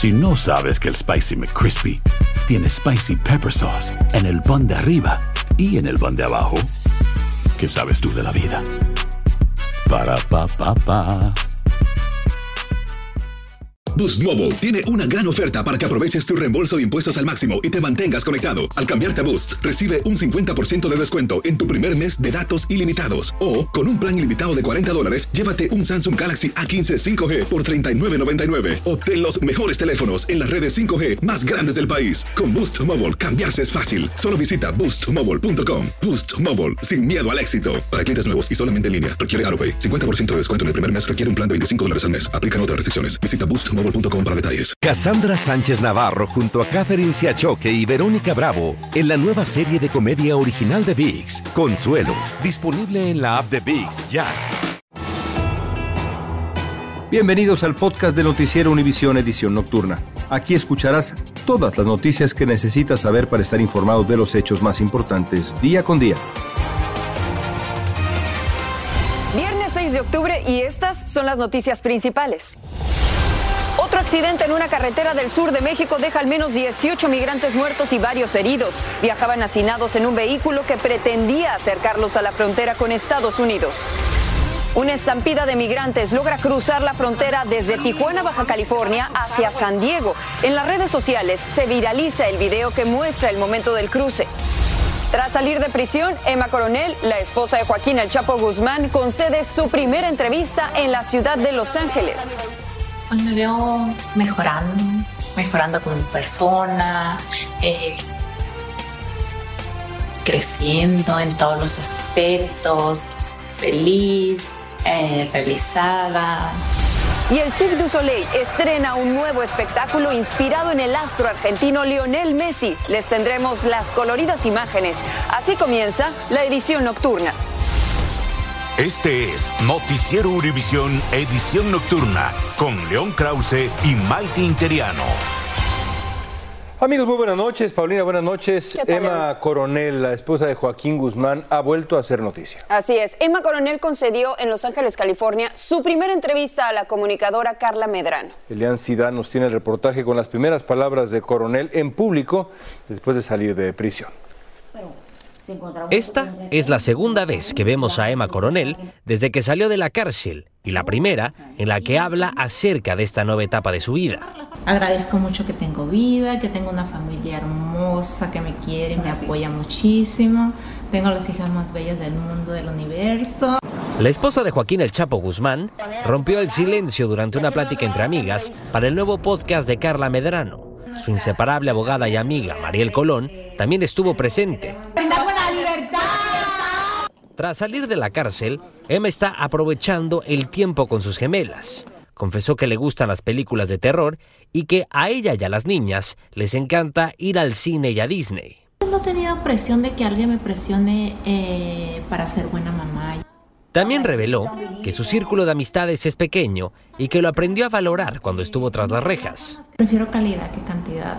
Si no sabes que el Spicy McCrispy tiene Spicy Pepper Sauce en el pan de arriba y en el pan de abajo, ¿qué sabes tú de la vida? Para, pa, pa, pa. Boost Mobile tiene una gran oferta para que aproveches tu reembolso de impuestos al máximo y te mantengas conectado. Al cambiarte a Boost, recibe un 50% de descuento en tu primer mes de datos ilimitados. O, con un plan ilimitado de $40, llévate un Samsung Galaxy A15 5G por $39.99. Obtén los mejores teléfonos en las redes 5G más grandes del país. Con Boost Mobile, cambiarse es fácil. Solo visita boostmobile.com. Boost Mobile, sin miedo al éxito. Para clientes nuevos y solamente en línea, requiere AroPay. 50% de descuento en el primer mes requiere un plan de $25 al mes. Aplican otras restricciones. Visita boostmobile.com para detalles. Cassandra Sánchez Navarro junto a Catherine Siachoque y Verónica Bravo en la nueva serie de comedia original de ViX, Consuelo, disponible en la app de ViX ya. Bienvenidos al podcast de Noticiero Univisión Edición Nocturna. Aquí escucharás todas las noticias que necesitas saber para estar informado de los hechos más importantes día con día. Viernes 6 de octubre y estas son las noticias principales. Otro accidente en una carretera del sur de México deja al menos 18 migrantes muertos y varios heridos. Viajaban hacinados en un vehículo que pretendía acercarlos a la frontera con Estados Unidos. Una estampida de migrantes logra cruzar la frontera desde Tijuana, Baja California, hacia San Diego. En las redes sociales se viraliza el video que muestra el momento del cruce. Tras salir de prisión, Emma Coronel, la esposa de Joaquín El Chapo Guzmán, concede su primera entrevista en la ciudad de Los Ángeles. Pues me veo mejorando como persona, creciendo en todos los aspectos, feliz, realizada. Y el Cirque du Soleil estrena un nuevo espectáculo inspirado en el astro argentino Lionel Messi. Les tendremos las coloridas imágenes. Así comienza la edición nocturna. Este es Noticiero Univisión Edición Nocturna con León Krause y Maite Interiano. Amigos, muy buenas noches. Paulina, buenas noches. Emma Coronel, la esposa de Joaquín Guzmán, ha vuelto a hacer noticia. Así es. Emma Coronel concedió en Los Ángeles, California, su primera entrevista a la comunicadora Carla Medrano. Elian Sidán nos tiene el reportaje con las primeras palabras de Coronel en público después de salir de prisión. Esta es la segunda vez que vemos a Emma Coronel desde que salió de la cárcel y la primera en la que habla acerca de esta nueva etapa de su vida. Agradezco mucho que tengo vida, que tengo una familia hermosa que me quiere y me apoya muchísimo. Tengo las hijas más bellas del mundo, del universo. La esposa de Joaquín El Chapo Guzmán rompió el silencio durante una plática entre amigas para el nuevo podcast de Carla Medrano. Su inseparable abogada y amiga, Mariel Colón, también estuvo presente. Tras salir de la cárcel, Emma está aprovechando el tiempo con sus gemelas. Confesó que le gustan las películas de terror y que a ella y a las niñas les encanta ir al cine y a Disney. No he tenido presión de que alguien me presione para ser buena mamá. También reveló que su círculo de amistades es pequeño y que lo aprendió a valorar cuando estuvo tras las rejas. Prefiero calidad que cantidad.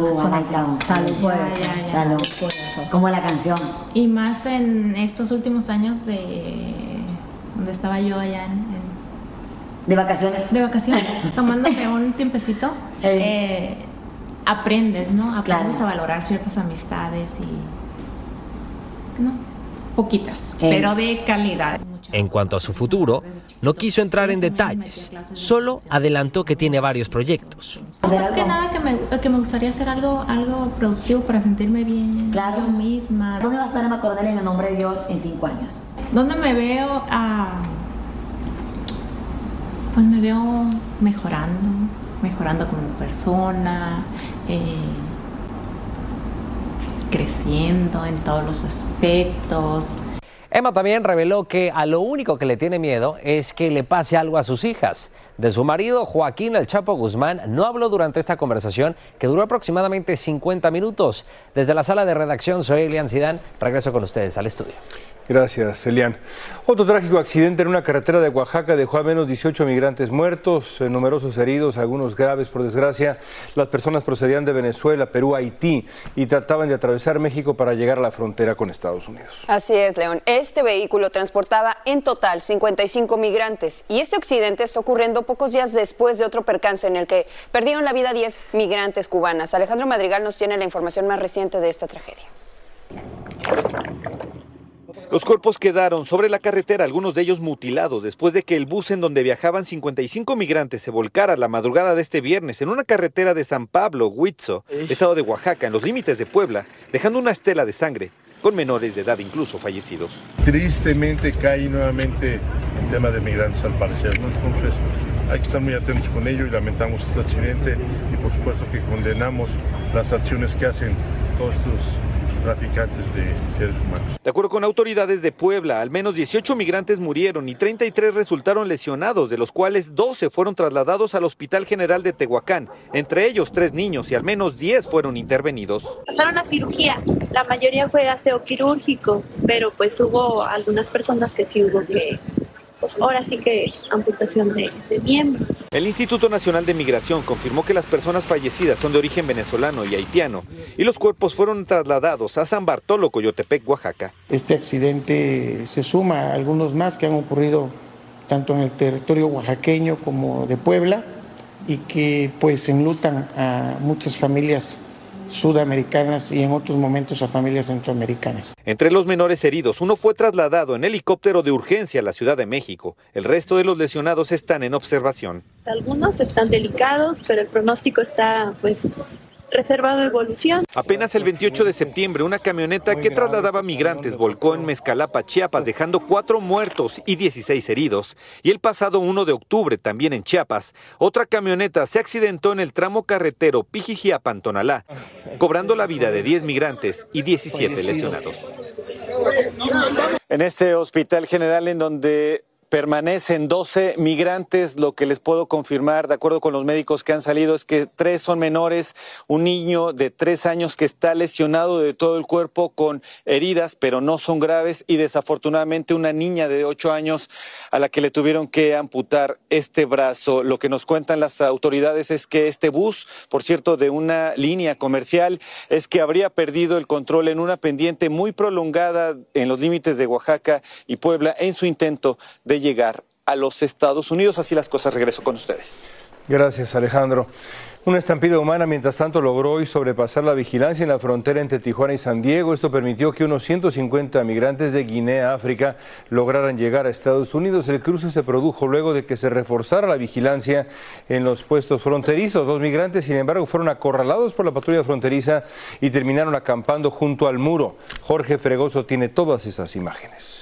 Salud. Como la canción. Y más en estos últimos años de donde estaba yo allá ¿De vacaciones? De vacaciones, tomándome un tiempecito. Aprendes, ¿no? Aprendes a valorar ciertas amistades y... ¿no? Poquitas, pero de calidad. En cuanto a su futuro, no quiso entrar en detalles, solo adelantó que tiene varios proyectos. Más que nada que me gustaría hacer algo productivo para sentirme bien yo misma. ¿Dónde va a estar Emma Coronel en el nombre de Dios en 5 años? ¿Dónde me veo? Pues me veo mejorando como persona, creciendo en todos los aspectos. Emma también reveló que a lo único que le tiene miedo es que le pase algo a sus hijas. De su marido, Joaquín El Chapo Guzmán, no habló durante esta conversación que duró aproximadamente 50 minutos. Desde la sala de redacción, soy Elian Sidán. Regreso con ustedes al estudio. Gracias, Elian. Otro trágico accidente en una carretera de Oaxaca dejó al menos 18 migrantes muertos, numerosos heridos, algunos graves por desgracia. Las personas procedían de Venezuela, Perú, Haití y trataban de atravesar México para llegar a la frontera con Estados Unidos. Así es, León. Este vehículo transportaba en total 55 migrantes y este accidente está ocurriendo pocos días después de otro percance en el que perdieron la vida 10 migrantes cubanas. Alejandro Madrigal nos tiene la información más reciente de esta tragedia. Los cuerpos quedaron sobre la carretera, algunos de ellos mutilados, después de que el bus en donde viajaban 55 migrantes se volcara la madrugada de este viernes en una carretera de San Pablo, Huitzo, estado de Oaxaca, en los límites de Puebla, dejando una estela de sangre, con menores de edad incluso fallecidos. Tristemente cae nuevamente el tema de migrantes al parecer, ¿no? Entonces hay que estar muy atentos con ello y lamentamos este accidente y por supuesto que condenamos las acciones que hacen todos estos traficantes de seres humanos. De acuerdo con autoridades de Puebla, al menos 18 migrantes murieron y 33 resultaron lesionados, de los cuales 12 fueron trasladados al Hospital General de Tehuacán, entre ellos 3 niños y al menos 10 fueron intervenidos. Pasaron a cirugía, la mayoría fue aseo quirúrgico, pero pues hubo algunas personas que sí hubo que... Pues ahora sí que amputación de miembros. El Instituto Nacional de Migración confirmó que las personas fallecidas son de origen venezolano y haitiano y los cuerpos fueron trasladados a San Bartolo, Coyotepec, Oaxaca. Este accidente se suma a algunos más que han ocurrido tanto en el territorio oaxaqueño como de Puebla y que pues enlutan a muchas familias sudamericanas y en otros momentos a familias centroamericanas. Entre los menores heridos, uno fue trasladado en helicóptero de urgencia a la Ciudad de México. El resto de los lesionados están en observación. Algunos están delicados, pero el pronóstico está pues reservado de evolución. Apenas el 28 de septiembre, una camioneta que trasladaba migrantes volcó en Mezcalapa, Chiapas, dejando 4 muertos y 16 heridos. Y el pasado 1 de octubre, también en Chiapas, otra camioneta se accidentó en el tramo carretero Pijijiapan-Tonalá, cobrando la vida de 10 migrantes y 17 lesionados. En este hospital general en donde permanecen 12 migrantes, lo que les puedo confirmar, de acuerdo con los médicos que han salido, es que 3 son menores, un niño de 3 años que está lesionado de todo el cuerpo con heridas, pero no son graves, y desafortunadamente una niña de 8 años a la que le tuvieron que amputar este brazo. Lo que nos cuentan las autoridades es que este bus, por cierto, de una línea comercial, es que habría perdido el control en una pendiente muy prolongada en los límites de Oaxaca y Puebla en su intento de llegar a los Estados Unidos. Así las cosas, regreso con ustedes. Gracias, Alejandro. Una estampida humana, mientras tanto, logró hoy sobrepasar la vigilancia en la frontera entre Tijuana y San Diego. Esto permitió que unos 150 migrantes de Guinea, África, lograran llegar a Estados Unidos. El cruce se produjo luego de que se reforzara la vigilancia en los puestos fronterizos. 2 migrantes, sin embargo, fueron acorralados por la patrulla fronteriza y terminaron acampando junto al muro. Jorge Fregoso tiene todas esas imágenes.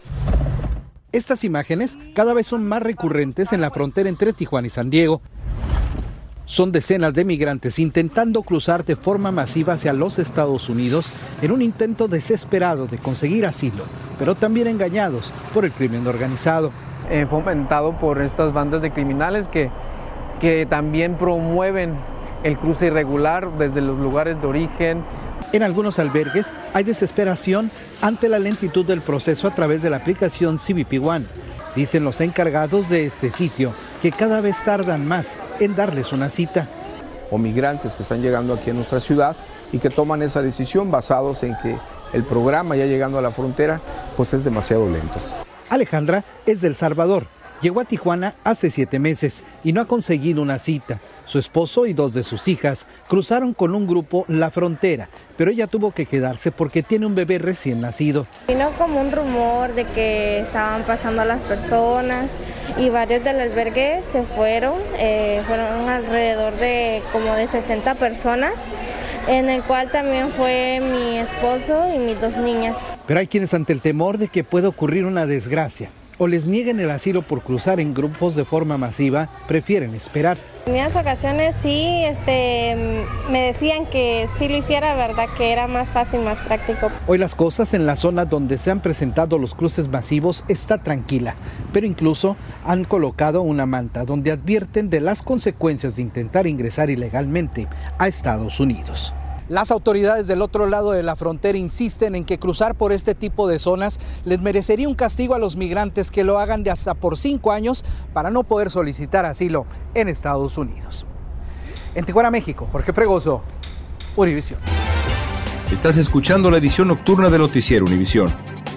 Estas imágenes cada vez son más recurrentes en la frontera entre Tijuana y San Diego. Son decenas de migrantes intentando cruzar de forma masiva hacia los Estados Unidos en un intento desesperado de conseguir asilo, pero también engañados por el crimen organizado. Fomentado por estas bandas de criminales que también promueven el cruce irregular desde los lugares de origen. En algunos albergues hay desesperación ante la lentitud del proceso a través de la aplicación CBP One. Dicen los encargados de este sitio que cada vez tardan más en darles una cita. O migrantes que están llegando aquí a nuestra ciudad y que toman esa decisión basados en que el programa ya llegando a la frontera pues es demasiado lento. Alejandra es de El Salvador. Llegó a Tijuana hace 7 meses y no ha conseguido una cita. Su esposo y 2 de sus hijas cruzaron con un grupo la frontera, pero ella tuvo que quedarse porque tiene un bebé recién nacido. Vino como un rumor de que estaban pasando a las personas y varios del albergue se fueron. Fueron alrededor de como de 60 personas, en el cual también fue mi esposo y mis 2 niñas. Pero hay quienes, ante el temor de que pueda ocurrir una desgracia o les nieguen el asilo por cruzar en grupos de forma masiva, prefieren esperar. En muchas ocasiones sí, me decían que si lo hiciera, verdad, que era más fácil, más práctico. Hoy las cosas en la zona donde se han presentado los cruces masivos está tranquila, pero incluso han colocado una manta donde advierten de las consecuencias de intentar ingresar ilegalmente a Estados Unidos. Las autoridades del otro lado de la frontera insisten en que cruzar por este tipo de zonas les merecería un castigo a los migrantes que lo hagan de hasta por 5 años para no poder solicitar asilo en Estados Unidos. En Tijuana, México, Jorge Fregoso, Univisión. Estás escuchando la edición nocturna de Noticiero Univisión.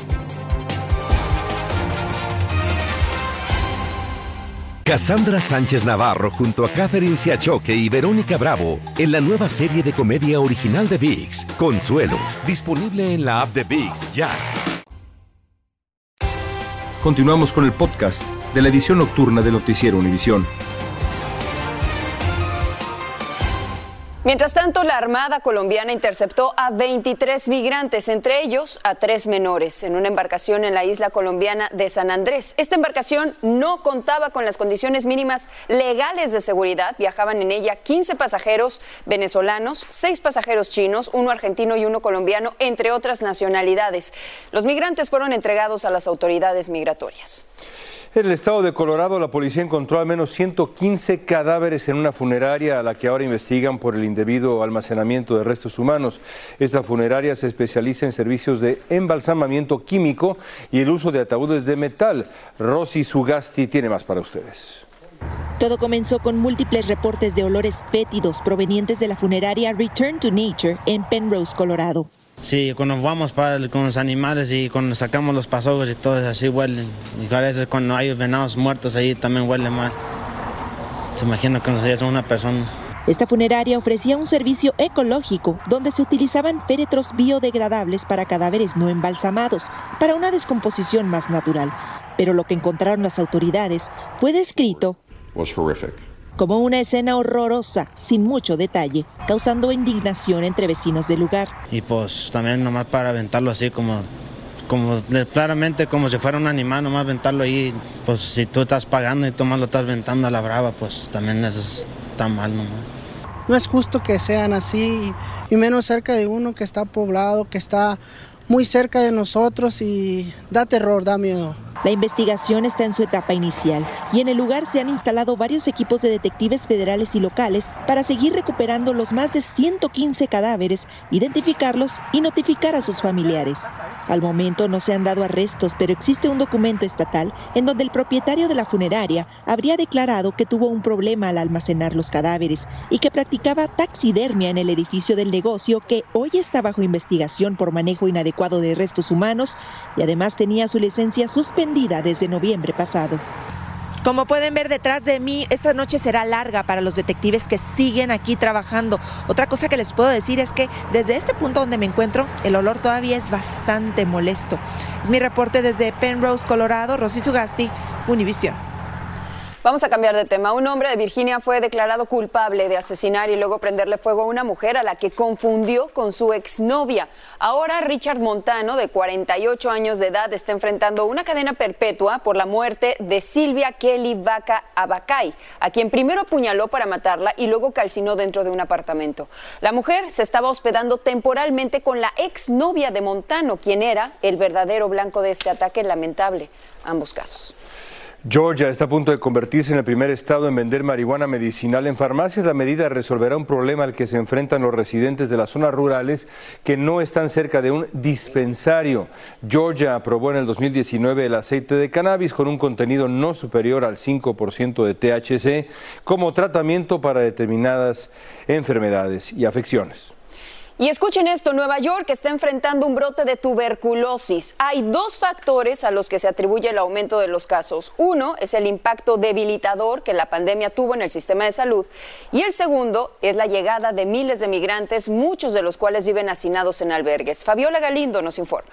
Cassandra Sánchez Navarro junto a Catherine Siachoque y Verónica Bravo en la nueva serie de comedia original de ViX, Consuelo, disponible en la app de ViX ya. Continuamos con el podcast de la edición nocturna de Noticiero Univisión. Mientras tanto, la Armada colombiana interceptó a 23 migrantes, entre ellos a 3 menores, en una embarcación en la isla colombiana de San Andrés. Esta embarcación no contaba con las condiciones mínimas legales de seguridad. Viajaban en ella 15 pasajeros venezolanos, 6 pasajeros chinos, 1 argentino y 1 colombiano, entre otras nacionalidades. Los migrantes fueron entregados a las autoridades migratorias. En el estado de Colorado, la policía encontró al menos 115 cadáveres en una funeraria a la que ahora investigan por el indebido almacenamiento de restos humanos. Esta funeraria se especializa en servicios de embalsamamiento químico y el uso de ataúdes de metal. Rosy Sugasti tiene más para ustedes. Todo comenzó con múltiples reportes de olores fétidos provenientes de la funeraria Return to Nature en Penrose, Colorado. Sí, cuando vamos con los animales y cuando sacamos los pasos y todo, así huelen. Y a veces cuando hay venados muertos ahí también huele mal. Se imagina que no es una persona. Esta funeraria ofrecía un servicio ecológico donde se utilizaban féretros biodegradables para cadáveres no embalsamados, para una descomposición más natural. Pero lo que encontraron las autoridades fue descrito como una escena horrorosa, sin mucho detalle, causando indignación entre vecinos del lugar. Y pues también nomás para aventarlo así como claramente como si fuera un animal, nomás aventarlo ahí, pues si tú estás pagando y tú más lo estás aventando a la brava, pues también eso está mal nomás. No es justo que sean así, y menos cerca de uno que está poblado, que está muy cerca de nosotros, y da terror, da miedo. La investigación está en su etapa inicial y en el lugar se han instalado varios equipos de detectives federales y locales para seguir recuperando los más de 115 cadáveres, identificarlos y notificar a sus familiares. Al momento no se han dado arrestos, pero existe un documento estatal en donde el propietario de la funeraria habría declarado que tuvo un problema al almacenar los cadáveres y que practicaba taxidermia en el edificio del negocio, que hoy está bajo investigación por manejo inadecuado de restos humanos, y además tenía su licencia suspendida desde noviembre pasado. Como pueden ver detrás de mí, esta noche será larga para los detectives que siguen aquí trabajando. Otra cosa que les puedo decir es que desde este punto donde me encuentro, el olor todavía es bastante molesto. Es mi reporte desde Penrose, Colorado. Rosy Sugasti, Univisión. Vamos a cambiar de tema. Un hombre de Virginia fue declarado culpable de asesinar y luego prenderle fuego a una mujer a la que confundió con su exnovia. Ahora Richard Montano, de 48 años de edad, está enfrentando una cadena perpetua por la muerte de Sylvia Kelly Vaca Abacay, a quien primero apuñaló para matarla y luego calcinó dentro de un apartamento. La mujer se estaba hospedando temporalmente con la exnovia de Montano, quien era el verdadero blanco de este ataque lamentable. Ambos casos. Georgia está a punto de convertirse en el primer estado en vender marihuana medicinal en farmacias. La medida resolverá un problema al que se enfrentan los residentes de las zonas rurales que no están cerca de un dispensario. Georgia aprobó en el 2019 el aceite de cannabis con un contenido no superior al 5% de THC como tratamiento para determinadas enfermedades y afecciones. Y escuchen esto, Nueva York está enfrentando un brote de tuberculosis. Hay 2 factores a los que se atribuye el aumento de los casos. Uno es el impacto debilitador que la pandemia tuvo en el sistema de salud. Y el segundo es la llegada de miles de migrantes, muchos de los cuales viven hacinados en albergues. Fabiola Galindo nos informa.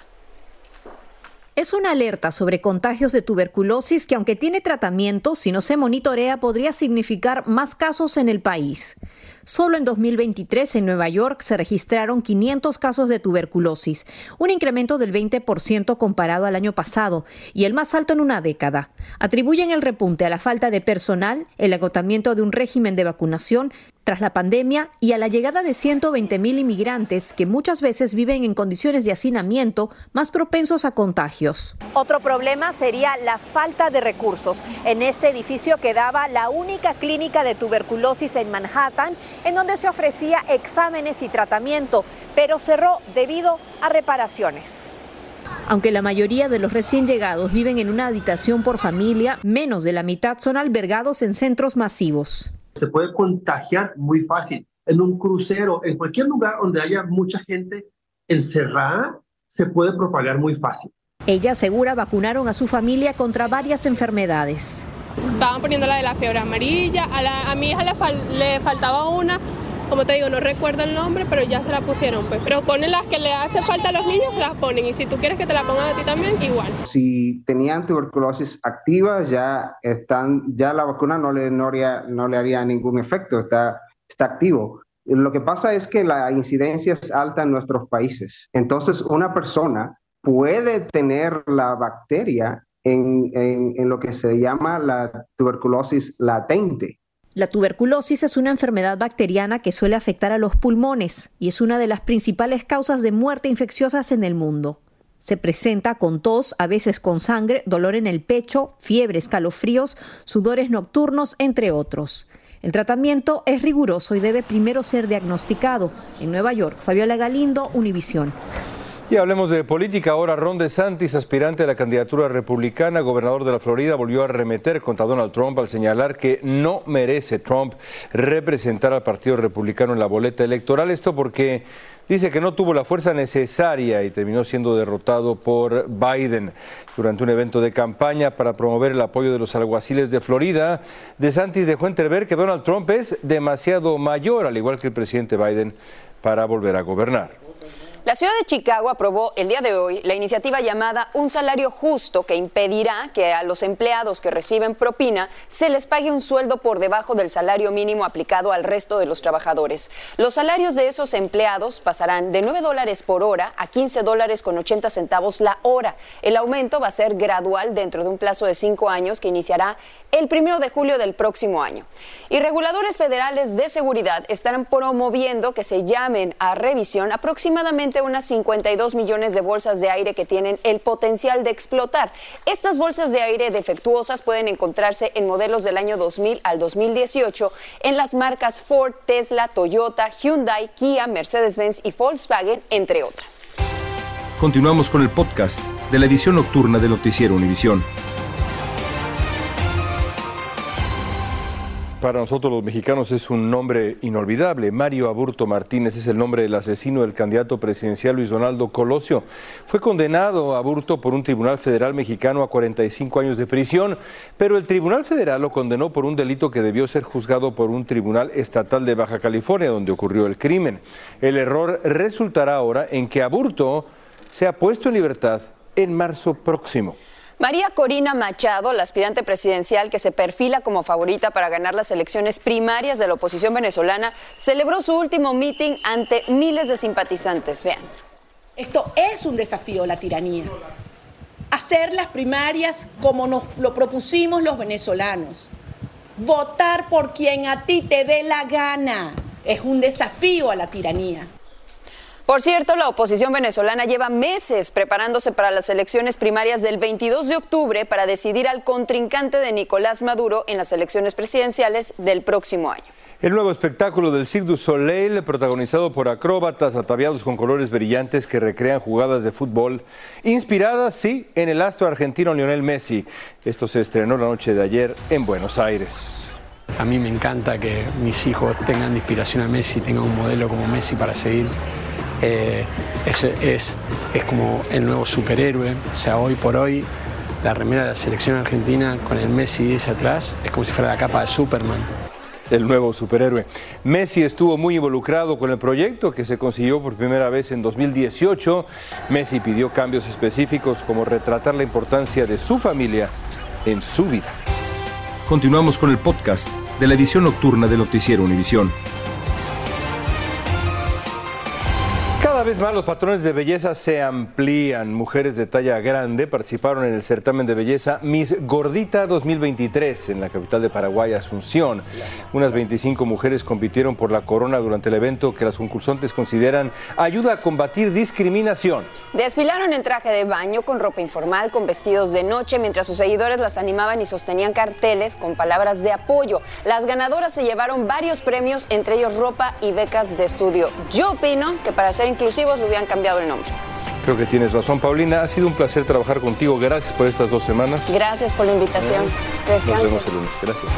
Es una alerta sobre contagios de tuberculosis que, aunque tiene tratamiento, si no se monitorea podría significar más casos en el país. Solo en 2023 en Nueva York se registraron 500 casos de tuberculosis, un incremento del 20% comparado al año pasado y el más alto en una década. Atribuyen el repunte a la falta de personal, el agotamiento de un régimen de vacunación, tras la pandemia y a la llegada de 120,000 inmigrantes que muchas veces viven en condiciones de hacinamiento más propensos a contagios. Otro problema sería la falta de recursos. En este edificio quedaba la única clínica de tuberculosis en Manhattan, en donde se ofrecía exámenes y tratamiento, pero cerró debido a reparaciones. Aunque la mayoría de los recién llegados viven en una habitación por familia, menos de la mitad son albergados en centros masivos. Se puede contagiar muy fácil. En un crucero, en cualquier lugar donde haya mucha gente encerrada, se puede propagar muy fácil. Ella asegura vacunaron a su familia contra varias enfermedades. Estaban poniendo la de la fiebre amarilla, a mi hija le faltaba una. Como te digo, no recuerdo el nombre, pero ya se la pusieron, pues. Pero ponen las que le hace falta a los niños, se las ponen. Y si tú quieres que te la pongan a ti también, igual. Si tenían tuberculosis activa, ya la vacuna no le haría ningún efecto, está activo. Lo que pasa es que la incidencia es alta en nuestros países. Entonces, una persona puede tener la bacteria en lo que se llama la tuberculosis latente. La tuberculosis es una enfermedad bacteriana que suele afectar a los pulmones y es una de las principales causas de muerte infecciosas en el mundo. Se presenta con tos, a veces con sangre, dolor en el pecho, fiebre, escalofríos, sudores nocturnos, entre otros. El tratamiento es riguroso y debe primero ser diagnosticado. En Nueva York, Fabiola Galindo, Univisión. Y hablemos de política. Ahora Ron DeSantis, aspirante a la candidatura republicana, gobernador de la Florida, volvió a arremeter contra Donald Trump al señalar que no merece Trump representar al Partido Republicano en la boleta electoral. Esto porque dice que no tuvo la fuerza necesaria y terminó siendo derrotado por Biden. Durante un evento de campaña para promover el apoyo de los alguaciles de Florida, DeSantis dejó entrever que Donald Trump es demasiado mayor, al igual que el presidente Biden, para volver a gobernar. La ciudad de Chicago aprobó el día de hoy la iniciativa llamada Un Salario Justo, que impedirá que a los empleados que reciben propina se les pague un sueldo por debajo del salario mínimo aplicado al resto de los trabajadores. Los salarios de esos empleados pasarán de $9 por hora a $15.80 la hora. El aumento va a ser gradual dentro de un plazo de 5 años que iniciará el 1 de julio del próximo año. Y reguladores federales de seguridad estarán promoviendo que se llamen a revisión aproximadamente unas 52 millones de bolsas de aire que tienen el potencial de explotar. Estas bolsas de aire defectuosas pueden encontrarse en modelos del año 2000 al 2018 en las marcas Ford, Tesla, Toyota, Hyundai, Kia, Mercedes-Benz y Volkswagen, entre otras. Continuamos con el podcast de la edición nocturna de Noticiero Univisión. Para nosotros los mexicanos es un nombre inolvidable. Mario Aburto Martínez es el nombre del asesino del candidato presidencial Luis Donaldo Colosio. Fue condenado Aburto por un tribunal federal mexicano a 45 años de prisión, pero el tribunal federal lo condenó por un delito que debió ser juzgado por un tribunal estatal de Baja California, donde ocurrió el crimen. El error resultará ahora en que Aburto sea puesto en libertad en marzo próximo. María Corina Machado, la aspirante presidencial que se perfila como favorita para ganar las elecciones primarias de la oposición venezolana, celebró su último meeting ante miles de simpatizantes. Vean. Esto es un desafío a la tiranía. Hacer las primarias como nos lo propusimos los venezolanos. Votar por quien a ti te dé la gana. Es un desafío a la tiranía. Por cierto, la oposición venezolana lleva meses preparándose para las elecciones primarias del 22 de octubre para decidir al contrincante de Nicolás Maduro en las elecciones presidenciales del próximo año. El nuevo espectáculo del Cirque du Soleil, protagonizado por acróbatas ataviados con colores brillantes que recrean jugadas de fútbol, inspiradas, sí, en el astro argentino Lionel Messi. Esto se estrenó la noche de ayer en Buenos Aires. A mí me encanta que mis hijos tengan de inspiración a Messi, tengan un modelo como Messi para seguir. Es como el nuevo superhéroe. O sea, hoy por hoy la remera de la selección argentina con el Messi 10 atrás es como si fuera la capa de Superman. El nuevo superhéroe. Messi estuvo muy involucrado con el proyecto que se consiguió por primera vez en 2018. Messi pidió cambios específicos como retratar la importancia de su familia en su vida. Continuamos con el podcast de la edición nocturna de Noticiero Univisión. Cada vez más los patrones de belleza se amplían. Mujeres de talla grande participaron en el certamen de belleza Miss Gordita 2023 en la capital de Paraguay, Asunción. Unas 25 mujeres compitieron por la corona durante el evento que las concursantes consideran ayuda a combatir discriminación. Desfilaron en traje de baño, con ropa informal, con vestidos de noche, mientras sus seguidores las animaban y sostenían carteles con palabras de apoyo. Las ganadoras se llevaron varios premios, entre ellos ropa y becas de estudio. Yo opino que para ser inclusivos le hubieran cambiado el nombre. Creo que tienes razón, Paulina. Ha sido un placer trabajar contigo. Gracias por estas 2 semanas. Gracias por la invitación. Nos vemos el lunes. Gracias.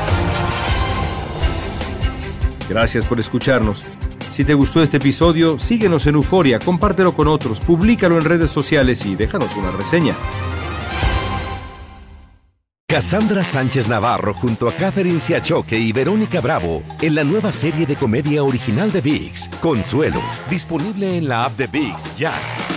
Gracias por escucharnos. Si te gustó este episodio, síguenos en Euforia, compártelo con otros, públicalo en redes sociales y déjanos una reseña. Cassandra Sánchez Navarro junto a Catherine Siachoque y Verónica Bravo en la nueva serie de comedia original de ViX, Consuelo, disponible en la app de ViX ya.